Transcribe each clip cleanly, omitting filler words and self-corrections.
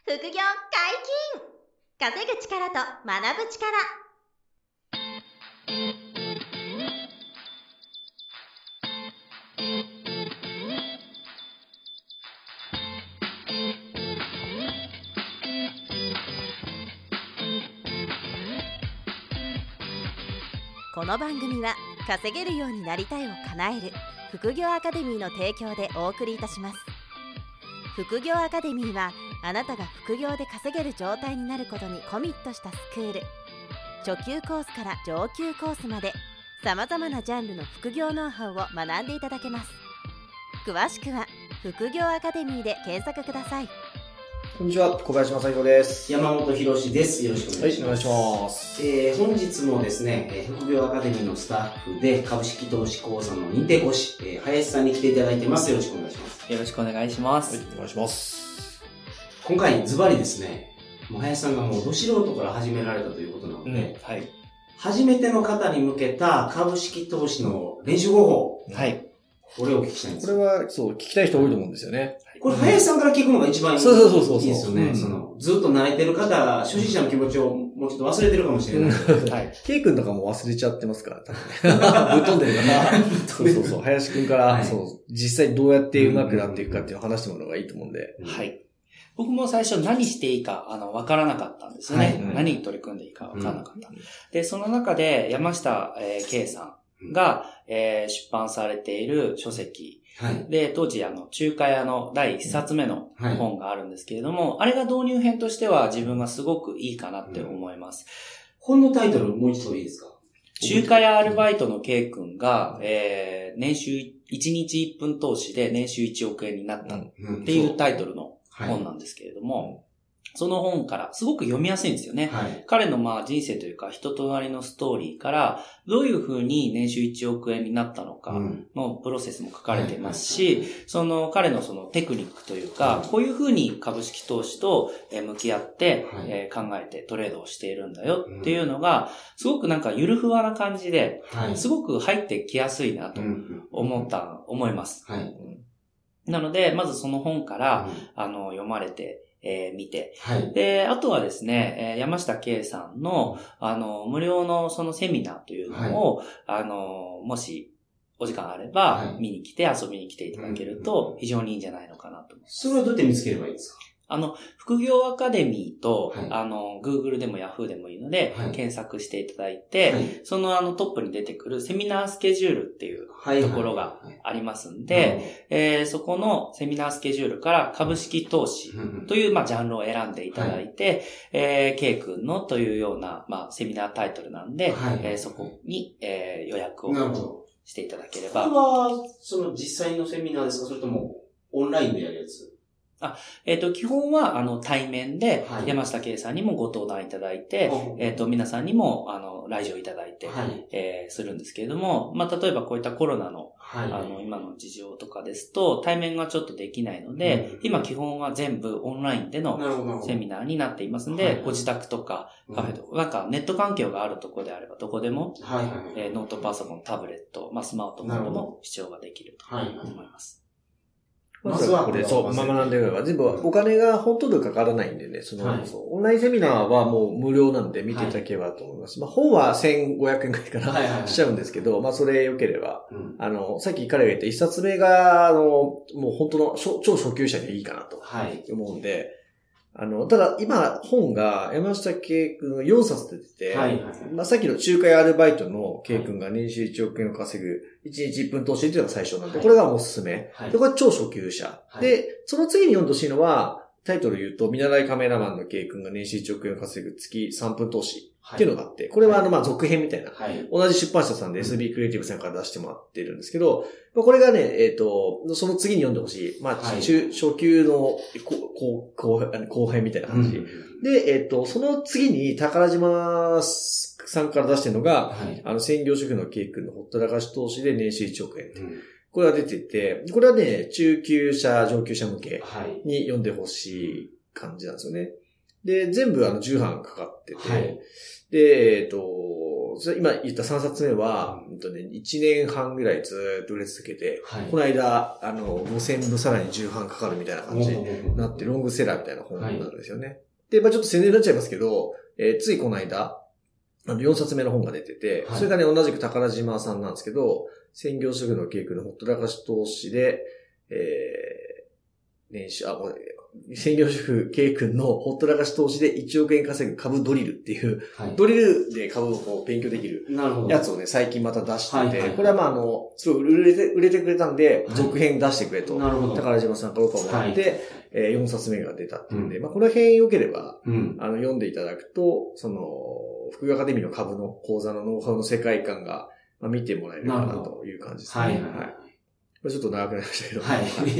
副業解禁！稼ぐ力と学ぶ力。この番組は稼げるようになりたいを叶える副業アカデミーの提供でお送りいたします。副業アカデミーはあなたが副業で稼げる状態になることにコミットしたスクール。初級コースから上級コースまでさまざまなジャンルの副業ノウハウを学んでいただけます。詳しくは副業アカデミーで検索ください。 こんにちは、小林正弘です。 山本博史です。よろしくお願いします。 はい、お願いします。 本日もですね、副業アカデミーのスタッフで株式投資講座の認定講師、林さんに来ていただいてます。よろしくお願いします。 よろしくお願いします。 はい、お願いします。 今回ズバリですね、もう林さんがもうど素人から始められたということなので、 はい。 初めての方に向けた株式投資の練習方法。 はい。 これをお聞きしたいんです。 これは、そう、聞きたい人多いと思うんですよね。 これ、林さんから聞くのが一番いい。 そういいですよね。ずっと慣れてる方、初心者の気持ちをもうちょっと忘れてるかもしれない。 はい。ケイ君とかも忘れちゃってますから、多分ね。ぶっ飛んでるから。そう。林君から、はい、そう、実際どうやって上手くなっていくかっていうのを話してもらうのがいいと思うんで。 はい。僕も最初何していいか、わからなかったんですよね。はい、何に取り組んでいいかわからなかった。で、その中で山下圭さんが、出版されている書籍、はい、で、当時中華屋の第一冊目の本があるんですけれども、あれが導入編としては自分がすごくいいかなって思います。 本のタイトルもう一度いいですか？ 中華屋アルバイトの K 君が、年収1日1分投資で年収1億円になったっていうタイトルの本なんですけれども、その本からすごく読みやすいんですよね。はい、彼の人生というか人となりのストーリーからどういうふうに年収1億円になったのかのプロセスも書かれていますし、その彼のそのテクニックというか、こういうふうに株式投資と向き合って考えてトレードをしているんだよっていうのがすごくなんかゆるふわな感じで、すごく入ってきやすいなと思います。はい、なので、まずその本から読まれて見て。はい。で、あとはですね、山下圭さんの、無料のそのセミナーというのを、はい、もし、お時間あれば、見に来て、遊びに来ていただけると、非常にいいんじゃないのかなと思います。 それはどうやって見つければいいですか？ 副業アカデミーと、はい、Google でも Yahoo でもいいので、はい、検索していただいて、はい、そのトップに出てくるセミナースケジュールっていうところがありますんで、そこのセミナースケジュールから株式投資という、ジャンルを選んでいただいて、K 君のというような、セミナータイトルなんで、そこに、予約をしていただければ。 これは、その実際のセミナーですか？それともオンラインでやるやつ？ 基本は、対面で、山下圭さんにもご登壇いただいて、皆さんにも、来場いただいて、するんですけれども、例えばこういったコロナの、今の事情とかですと、対面がちょっとできないので、今基本は全部オンラインでのセミナーになっていますので、ご自宅とか、カフェとか、なんかネット環境があるところであれば、どこでも、ノートパソコン、タブレット、スマートフォンでも視聴ができると思います。 まずはこれ、学んでみれば、全部お金がほとんどかからないんでね、オンラインセミナーはもう無料なんで見ていただければと思います。本は1500円くらいかな、しちゃうんですけど、それ良ければ、さっき彼が言った一冊目が、もう本当の超初級者にいいかなと思うんで、ただ今本が山下圭君の4冊出てて、さっきの中華屋アルバイトの圭君が年収1億円を稼ぐ1日1分投資っていうのが最初なんで、これがおすすめ。で、これは超初級者。で、その次に読んでほしいのは、タイトル言うと、見習いカメラマンの圭君が年収1億円を稼ぐ月3分投資っていうのがあって、これは続編みたいな。同じ出版社さんで SB クリエイティブさんから出してもらってるんですけど、これがね、その次に読んでほしい。初級の後編みたいな感じ。で、その次に宝島さんから出してるのが、専業主婦の圭君のほったらかし投資で年収1億円って。これが出てて、これはね、中級者、上級者向けに読んでほしい感じなんですよね。 で、全部10版かかってて、 はい、 で、今言った3冊目は、1年半ぐらいずっと売れ続けて、はい、この間、5000部さらに10版かかるみたいな感じになって、ロングセラーみたいな本なんですよね。はい、で、ちょっと宣伝になっちゃいますけど、ついこの間、4冊目の本が出てて、はい、それがね、同じく宝島さんなんですけど、専業主婦の計画のほったらかし投資で、専業主婦 K 君のほったらかし投資で1億円稼ぐ株ドリルっていう、はい、ドリルで株をこう勉強できるやつをね、最近また出してて、はいはい、これはすごい売れてくれたんで、続編出してくれと、宝島さんからオファーもらって、4冊目が出たっていうんで、この辺良ければ、読んでいただくと、副業アカデミーの株の講座のノウハウの世界観が、見てもらえるかなという感じですね。はいはいはいちょっと長くなりましたけど。はい。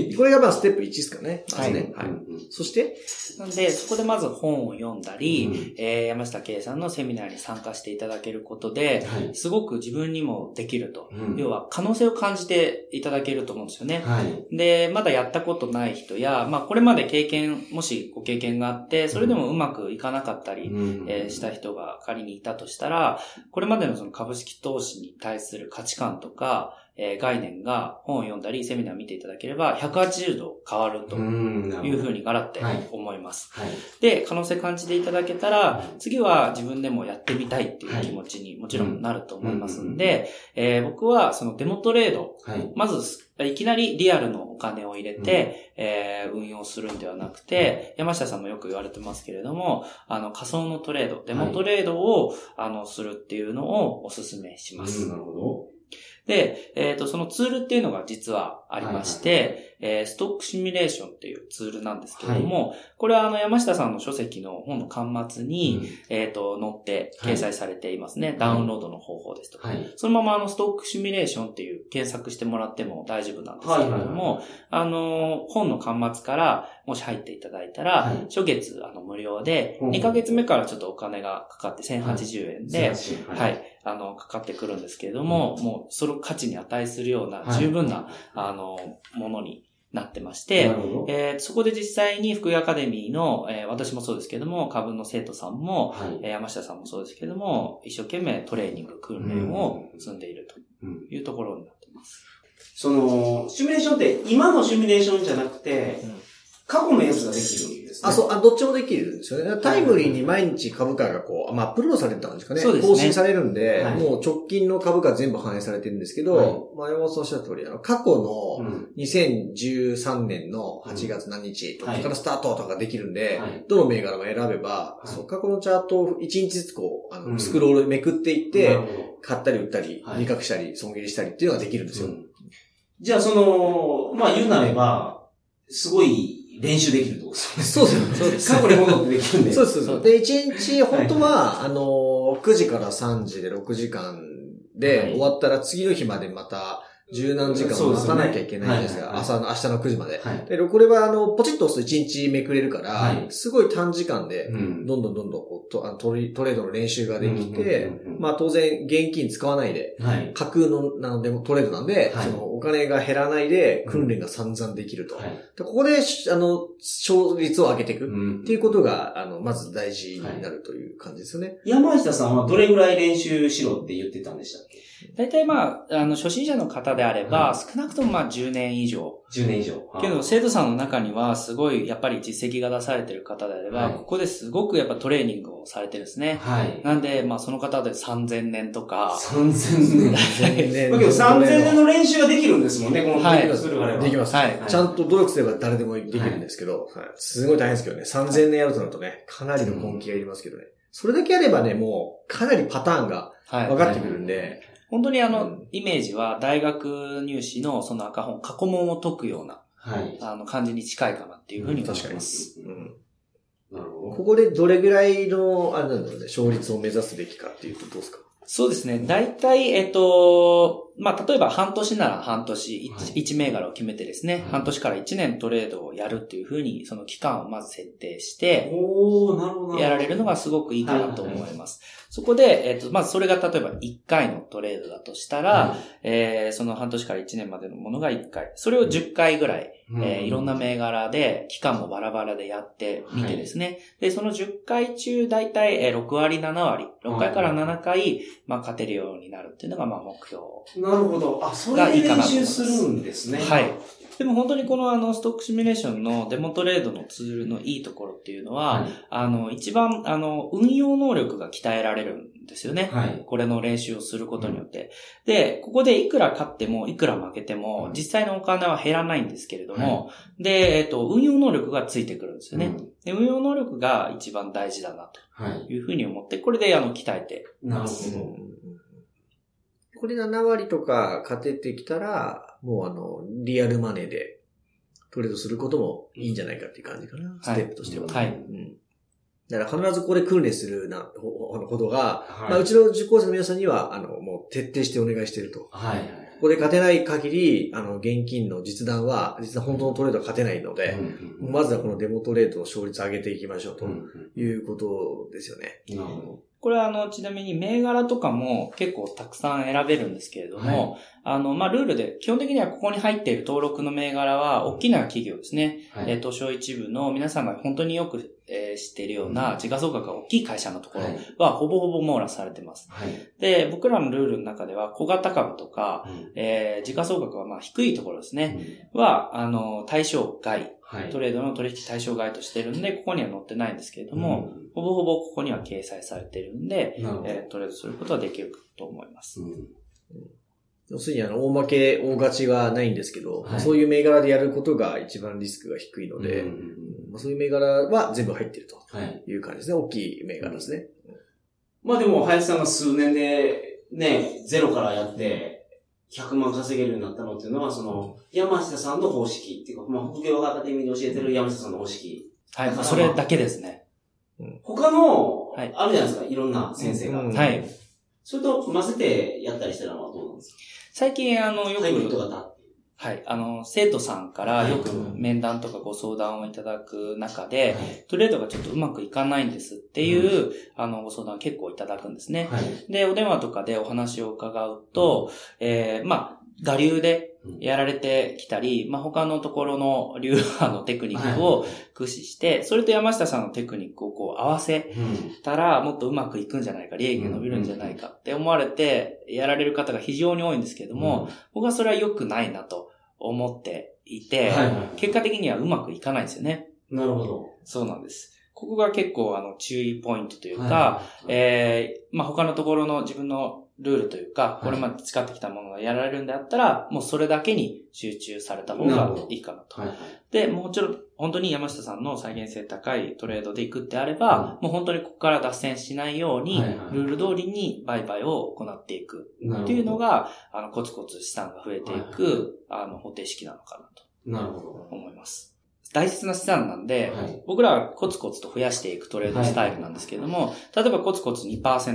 これがステップ1ですかね。はい。はい。そしてなんで、そこでまず本を読んだり、山下圭さんのセミナーに参加していただけることで、すごく自分にもできると。要は、可能性を感じていただけると思うんですよね。はい。で、まだやったことない人や、これまでもしご経験があって、それでもうまくいかなかったり、した人が仮にいたとしたら、これまでのその株式投資に対する価値観とか、概念が本を読んだりセミナー見ていただければ180度変わるというふうにガラって思います。はいはい、で、可能性感じていただけたら、次は自分でもやってみたいっていう気持ちにもちろんなると思いますんで、僕はそのデモトレード、まずいきなりリアルのお金を入れて、運用するんではなくて、山下さんもよく言われてますけれども、仮想のトレード、デモトレードを、するっていうのをお勧めします。 なるほど。 で、そのツールっていうのが実はありまして、ストックシミュレーションっていうツールなんですけれども、これは山下さんの書籍の本の端末に、載って掲載されていますね。ダウンロードの方法ですとか。そのままストックシミュレーションっていう検索してもらっても大丈夫なんですけれども、本の端末からもし入っていただいたら、初月無料で、2ヶ月目からちょっとお金がかかって1080円で、かかってくるんですけれども、もうその価値に値するような十分な、ものになってまして、そこで実際に福井アカデミーの、私もそうですけども、株の生徒さんも、山下さんもそうですけども、一生懸命トレーニング、訓練を積んでいるというところになっています。 シミュレーションって今のシミュレーションじゃなくて、過去のやつができるんですね。 どっちもできるんですよね。タイムリーに毎日株価がアップロードされてたんですかね。そうですね。更新されるんで、もう直近の株価全部反映されてるんですけど、山本さんおっしゃった通り、過去の2013年の8月何日とかからスタートとかできるんで、どの銘柄も選べば、過去のチャートを1日ずつスクロールめくっていって、買ったり売ったり、利確したり、損切りしたりっていうのができるんですよ。 じゃあ言うなれば、すごい、練習できるってことですね。 そうです。 過去に戻ってできるんで。 そうです。で、1日、本当は、9時から3時で6時間で終わったら次の日までまた、十何時間も待たなきゃいけないんですが、明日の9時まで。で、これはポチッと押すと1日めくれるから、すごい短時間で、どんどんトレードの練習ができて、当然現金使わないで、架空のなのでもトレードなんで、お金が減らないで訓練が散々できると。ここで、勝率を上げていくっていうことが、まず大事になるという感じですよね。 山下さんはどれぐらい練習しろって言ってたんでしたっけ？ 大体初心者の方であれば、少なくとも10年以上。 10年以上。 けど、生徒さんの中には、すごい、やっぱり実績が出されてる方であれば、ここですごくやっぱトレーニングをされてるんですね。なんで、その方で3000年とか。 3000年。だけど3000年の練習ができるんですもんね、このトレーニングするから。 できます。ちゃんと努力すれば誰でもできるんですけど、すごい大変ですけどね、3000年やるとなるとね、かなりの根気がいりますけどね。それだけやればね、もう、かなりパターンが分かってくるんで、 本当にイメージは大学入試のその赤本、過去問を解くような、感じに近いかなっていうふうに思います。 なるほど。ここでどれぐらいの、勝率を目指すべきかっていうとどうですか？ そうですね。大体、 例えば半年なら半年、1銘柄を決めてですね、半年から1年トレードをやるっていうふうに、その期間をまず設定して、やられるのがすごくいいかなと思います。そこで、まずそれが例えば1回のトレードだとしたら、その半年から1年までのものが1回。それを10回ぐらい、いろんな銘柄で、期間もバラバラでやってみてですね。で、その10回中、だいたい6割、7割、6回から7回、勝てるようになるっていうのが、目標。 なるほど。それで練習するんですね。 はい。でも本当にこのストックシミュレーションのデモトレードのツールのいいところっていうのは、一番運用能力が鍛えられるんですよね。これの練習をすることによって。で、ここでいくら勝ってもいくら負けても、実際のお金は減らないんですけれども、で、運用能力がついてくるんですよね。で、運用能力が一番大事だなというふうに思って、これで鍛えてます。 なるほど。 これ7割とか勝ててきたら、もうリアルマネーでトレードすることもいいんじゃないかっていう感じかな。ステップとしては。 はい。 だから必ずここで訓練することが、うちの受講生の皆さんには、もう徹底してお願いしていると。ここで勝てない限り、現金の実弾は本当のトレードは勝てないので、まずはこのデモトレードの勝率を上げていきましょうということですよね。 これはちなみに銘柄とかも結構たくさん選べるんですけれども、ルールで基本的にはここに入っている登録の銘柄は大きな企業ですね。東証一部の皆さんが本当によく知っているような時価総額が大きい会社のところはほぼほぼ網羅されてます。で、僕らのルールの中では小型株とか、時価総額は低いところですね。は、対象外。トレードの取引対象外としてるんで、ここには載ってないんですけれども、ほぼほぼここには掲載されているんで、トレードすることはできると思います。 要するに大負け、大勝ちはないんですけど、そういう銘柄でやることが一番リスクが低いので、そういう銘柄は全部入っているという感じですね。大きい銘柄ですね。 でも、林さんが数年でね、ゼロからやって、100万稼げるようになったのっていうのは、山下さんの方式っていうか、副業アカデミーで教えてる山下さんの方式。 それだけですね。 他の、あるじゃないですか、いろんな先生が。それと混ぜてやったりしたらどうなんですか？ 最近よく、 ハイブリッド型。 生徒さんからよく面談とかご相談をいただく中で、トレードがちょっとうまくいかないんですっていう、ご相談結構いただくんですね。で、お電話とかでお話を伺うと、我流でやられてきたり、他のところの流派のテクニックを駆使して、それと山下さんのテクニックを合わせたら、もっとうまくいくんじゃないか、利益が伸びるんじゃないかって思われて、やられる方が非常に多いんですけれども、僕はそれは良くないなと思っていて、結果的にはうまくいかないんですよね。 なるほど。 そうなんです。ここが結構注意ポイントというか、他のところの自分のルールというか、これまで使ってきたものがやられるんであったら、もうそれだけに集中された方がいいかなと。で、もちろん、本当に山下さんの再現性高いトレードでいくってあれば、もう本当にここから脱線しないように、ルール通りに売買を行っていくっていうのが、コツコツ資産が増えていく、方程式なのかなと。思います。大切な資産なんで、僕らはコツコツと増やしていくトレードスタイルなんですけれども、例えばコツコツ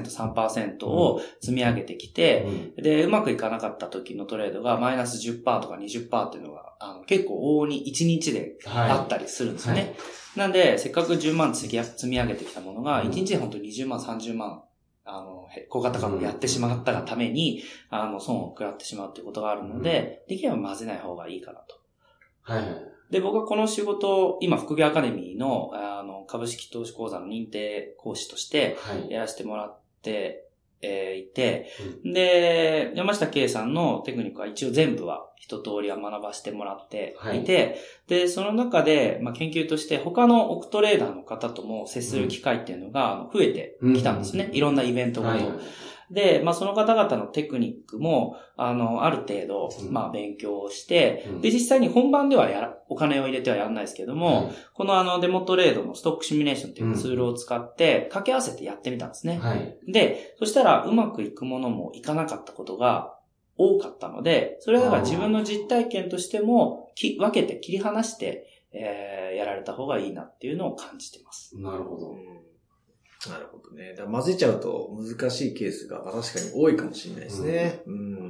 2%、3% を積み上げてきて、で、うまくいかなかった時のトレードがマイナス 10% とか 20% っていうのが、結構往々に1日であったりするんですよね。なんで、せっかく10万積み上げてきたものが、1日で本当に20万、30万、小型株をやってしまったがために、損を食らってしまうっていうことがあるので、できれば混ぜない方がいいかなと。で、僕はこの仕事を今、副業アカデミーの、株式投資講座の認定講師としてやらせてもらっていて、で、山下圭さんのテクニックは一応全部は一通りは学ばせてもらっていて、で、その中で、研究として他のオクトレーダーの方とも接する機会っていうのが増えてきたんですね。いろんなイベントごと。で、その方々のテクニックも、ある程度、勉強して、で、実際に本番ではお金を入れてはやらないですけども、このデモトレードのストックシミュレーションっていうツールを使って掛け合わせてやってみたんですね。で、そしたらうまくいくものもいかなかったことが多かったので、それはだから自分の実体験としても分けて切り離して、やられた方がいいなっていうのを感じてます。 なるほど。 なるほどね。だから混ぜちゃうと難しいケースが確かに多いかもしれないですね。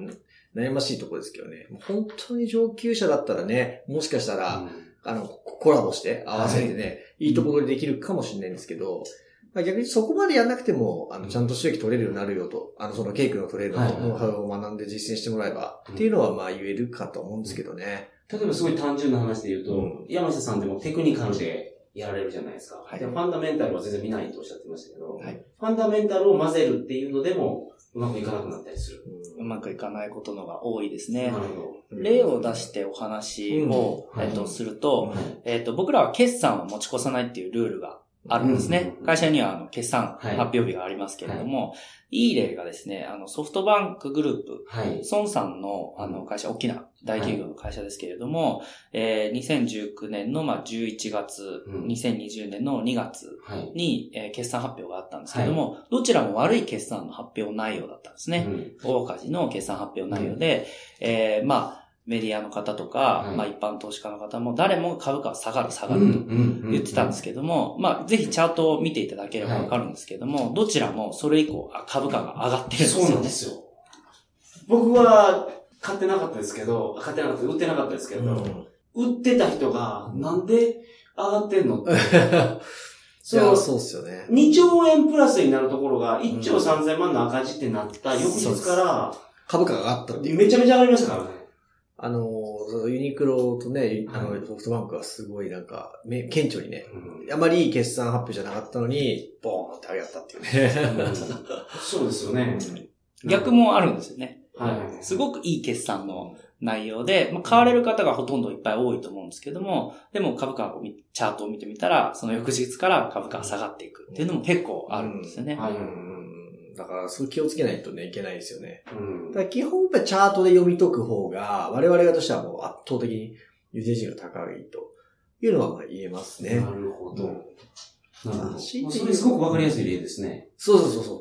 悩ましいところですけどね。本当に上級者だったらね、もしかしたら、コラボして合わせてね、いいところでできるかもしれないんですけど、逆にそこまでやんなくても、ちゃんと収益取れるようになるよと、そのケイ君のトレードのノウハウを学んで実践してもらえば、っていうのは言えるかと思うんですけどね。 例えばすごい単純な話で言うと、山下さんでもテクニカルでやられるじゃないですか。でファンダメンタルは全然見ないとおっしゃってましたけど、ファンダメンタルを混ぜるっていうのでも、うまくいかなくなったりする。 うまくいかないことのが多いですね。 なるほど。 例を出してお話を、すると、僕らは決算を持ち越さないっていうルールがあるんですね。会社には決算発表日がありますけれども、いい例がですね、ソフトバンクグループ、孫さんの会社、大きな大企業の会社ですけれども、2019年の11月、2020年の2月に決算発表があったんですけれども、どちらも悪い決算の発表内容だったんですね。大赤字の決算発表内容で、メディアの方とか、一般投資家の方も誰も株価は下がると言ってたんですけども、ぜひチャートを見ていただければわかるんですけども、どちらもそれ以降株価が上がってるんですよね。 そうなんですよ。僕は売ってなかったですけど、売ってなかったですけど、売ってた人がなんで上がってんのって。 そうっすよね。 2兆円プラスになるところが1兆3000万の赤字ってなった翌日から、 株価が上がったっていう。 めちゃめちゃ上がりましたからね。 ユニクロとね、ソフトバンクはすごいなんか、顕著にね、あまりいい決算発表じゃなかったのに、ボーンって上がったっていうね。 そうですよね。 逆もあるんですよね。すごくいい決算の内容で、買われる方がほとんどいっぱい多いと思うんですけども、でも株価をチャートを見てみたら、その翌日から株価が下がっていくっていうのも結構あるんですよね。 だから、そう気をつけないとね、いけないですよね。だから基本やっぱチャートで読み解く方が、我々としてはもう圧倒的に優先順位が高いというのは言えますね。 なるほど。それすごくわかりやすい例ですね。 そう。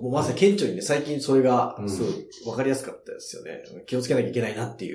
もうまさに顕著にね、最近それが、すごいわかりやすかったですよね。気をつけなきゃいけないなっていう、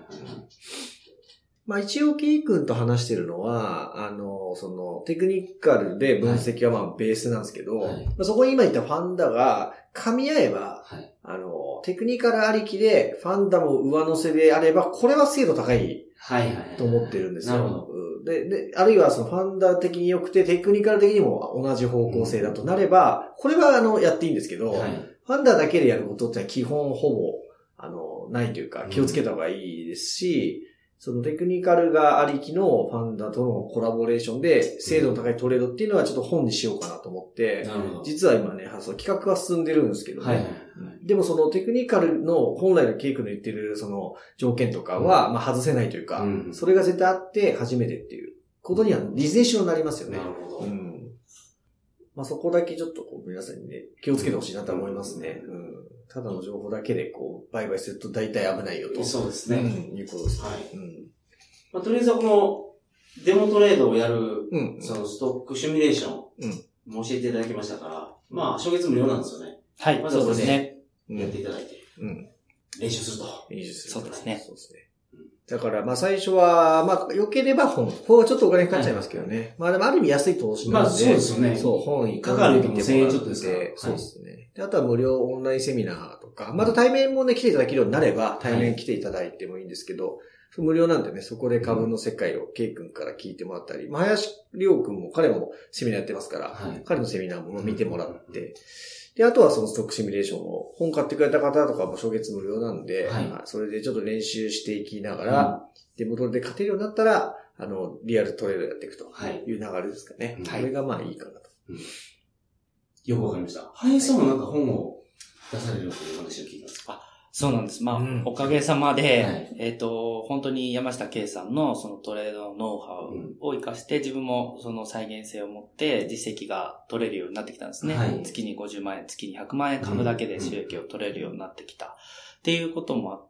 一応、ケイ君と話してるのは、その、テクニカルで分析はベースなんですけど、そこに今言ったファンダが噛み合えば、テクニカルありきでファンダも上乗せであれば、これは精度高いと思ってるんですよ。で、あるいはそのファンダ的に良くて、テクニカル的にも同じ方向性だとなれば、これはやっていいんですけど、ファンダだけでやることって基本ほぼ、ないというか、気をつけた方がいいですし、そのテクニカルがありきのファンダとのコラボレーションで精度の高いトレードっていうのはちょっと本にしようかなと思って、実は今ね、その企画は進んでるんですけどね。でもそのテクニカルの本来のケイ君の言ってるその条件とかは外せないというか、それが絶対あって初めてっていうことにはビジネス書になりますよね。 なるほど。 そこだけちょっと皆さんにね、気をつけてほしいなと思いますね。ただの情報だけで売買すると大体危ないよと。 そうですね。 いうことです。 とりあえずはこのデモトレードをやる、そのストックシミュレーションも教えていただきましたから、初月無料なんですよね。 はい。まずはこれでやっていただいて、練習すると。 そうですね。 だから最初は良ければ本はちょっとお金かかっちゃいますけどね。でもある意味安い投資なんで。 そうですよね。 本にかかると1000円ちょっとですから。 そうですね。であとは無料オンラインセミナーとか、また対面もね来ていただけるようになれば、対面来ていただいてもいいんですけど、無料なんでね、そこで株の世界をケイ君から聞いてもらったり、林亮君も彼もセミナーやってますから、彼のセミナーも見てもらって、で、あとはそのストックシミュレーションを本買ってくれた方とかも初月無料なんで、それでちょっと練習していきながら、デモトレで勝てるようになったら、リアルトレードやっていくという流れですかね。これがいいかなと。 よくわかりました。林さんもなんか本を出されるという話を聞いたんですか？ そうなんです。おかげさまで、本当に山下圭さんのそのトレードのノウハウを活かして、自分もその再現性を持って実績が取れるようになってきたんですね。月に50万円、月に100万円株だけで収益を取れるようになってきた。っていうこともあって、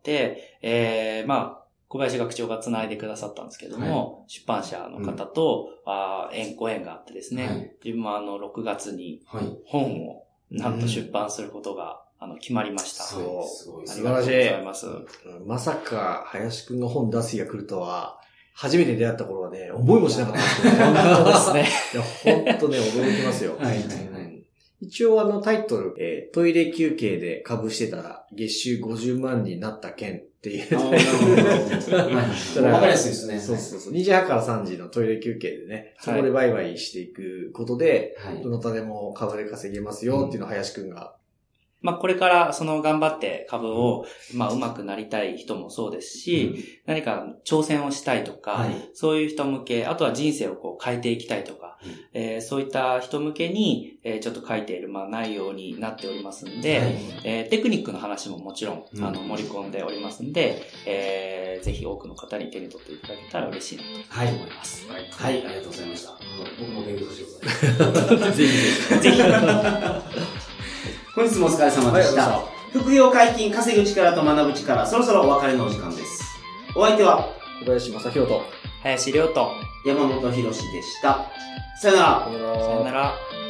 小林学長が繋いでくださったんですけども、出版社の方と、ご縁があってですね、自分も6月に本をなんと出版することが決まりました。 素晴らしい。ありがとうございます。まさか、林くんが本出す日が来るとは、初めて出会った頃はね、思いもしなかったですね。 本当ですね。 本当ね、驚きますよ。一応タイトル、トイレ休憩で株してたら月収50万になった件っていう。 わかりやすいですね。 そうそうそう。2時半から3時のトイレ休憩でね、そこで売買していくことで、どなたでも株で稼げますよっていうのを林くんが。 これから頑張って株を、上手くなりたい人もそうですし、何か挑戦をしたいとか、そういう人向け、あとは人生を変えていきたいとか、そういった人向けに、ちょっと書いている、内容になっておりますんで、テクニックの話ももちろん、盛り込んでおりますんで、ぜひ多くの方に手に取っていただけたら嬉しいなと思います。 はい、ありがとうございました。僕も勉強してください。ぜひ。本日もお疲れ様でした。副業解禁、稼ぐ力と学ぶ力、そろそろお別れのお時間です。お相手は、 小林正宏と、 林亮と、 山本博史でした。さよなら。 さよなら。